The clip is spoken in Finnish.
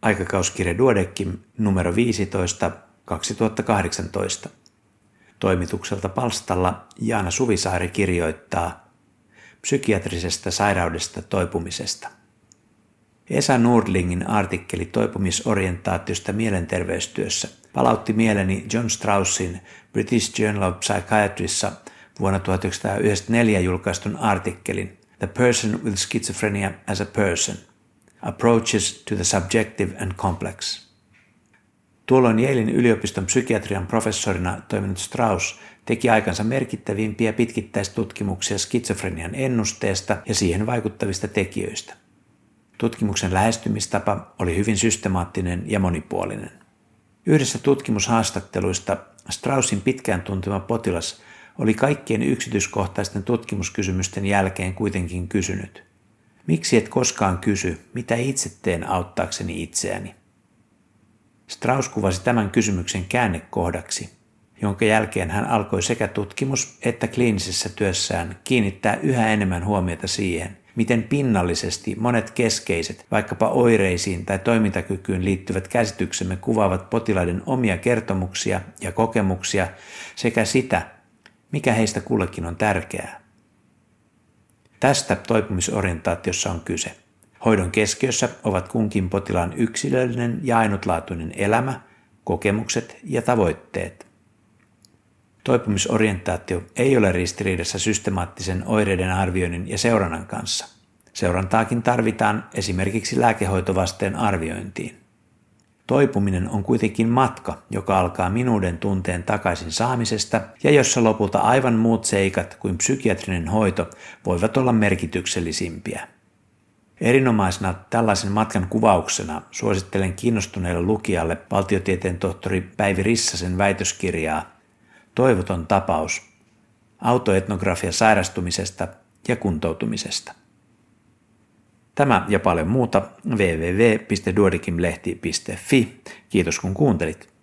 aikakauskirja Duodeckim numero 15, 2018. Toimitukselta palstalla Jaana Suvisaari kirjoittaa psykiatrisesta sairaudesta toipumisesta. Esa Nordlingin artikkeli toipumisorientaatiosta mielenterveystyössä palautti mieleni John Straussin British Journal of Psychiatryssa vuonna 1994 julkaistun artikkelin The Person with Schizophrenia as a Person, Approaches to the Subjective and Complex. Tuolloin Yalein yliopiston psykiatrian professorina toiminut Strauss teki aikansa merkittävimpiä pitkittäistutkimuksia skitsofrenian ennusteesta ja siihen vaikuttavista tekijöistä. Tutkimuksen lähestymistapa oli hyvin systemaattinen ja monipuolinen. Yhdessä tutkimushaastatteluista Straussin pitkään tuntema potilas oli kaikkien yksityiskohtaisten tutkimuskysymysten jälkeen kuitenkin kysynyt: miksi et koskaan kysy, mitä itse teen auttaakseni itseäni? Strauss kuvasi tämän kysymyksen käännekohdaksi, jonka jälkeen hän alkoi sekä tutkimus- että kliinisessä työssään kiinnittää yhä enemmän huomiota siihen, miten pinnallisesti monet keskeiset, vaikkapa oireisiin tai toimintakykyyn liittyvät käsityksemme kuvaavat potilaiden omia kertomuksia ja kokemuksia sekä sitä, mikä heistä kullekin on tärkeää. Tästä toipumisorientaatiossa on kyse. Hoidon keskiössä ovat kunkin potilaan yksilöllinen ja ainutlaatuinen elämä, kokemukset ja tavoitteet. Toipumisorientaatio ei ole ristiriidassa systemaattisen oireiden arvioinnin ja seurannan kanssa. Seurantaakin tarvitaan esimerkiksi lääkehoitovasteen arviointiin. Toipuminen on kuitenkin matka, joka alkaa minuuden tunteen takaisin saamisesta ja jossa lopulta aivan muut seikat kuin psykiatrinen hoito voivat olla merkityksellisimpiä. Erinomaisena tällaisen matkan kuvauksena suosittelen kiinnostuneelle lukijalle valtiotieteen tohtori Päivi Rissasen väitöskirjaa Toivoton tapaus, autoetnografia sairastumisesta ja kuntoutumisesta. Tämä ja paljon muuta www.duodecimlehti.fi. Kiitos kun kuuntelit.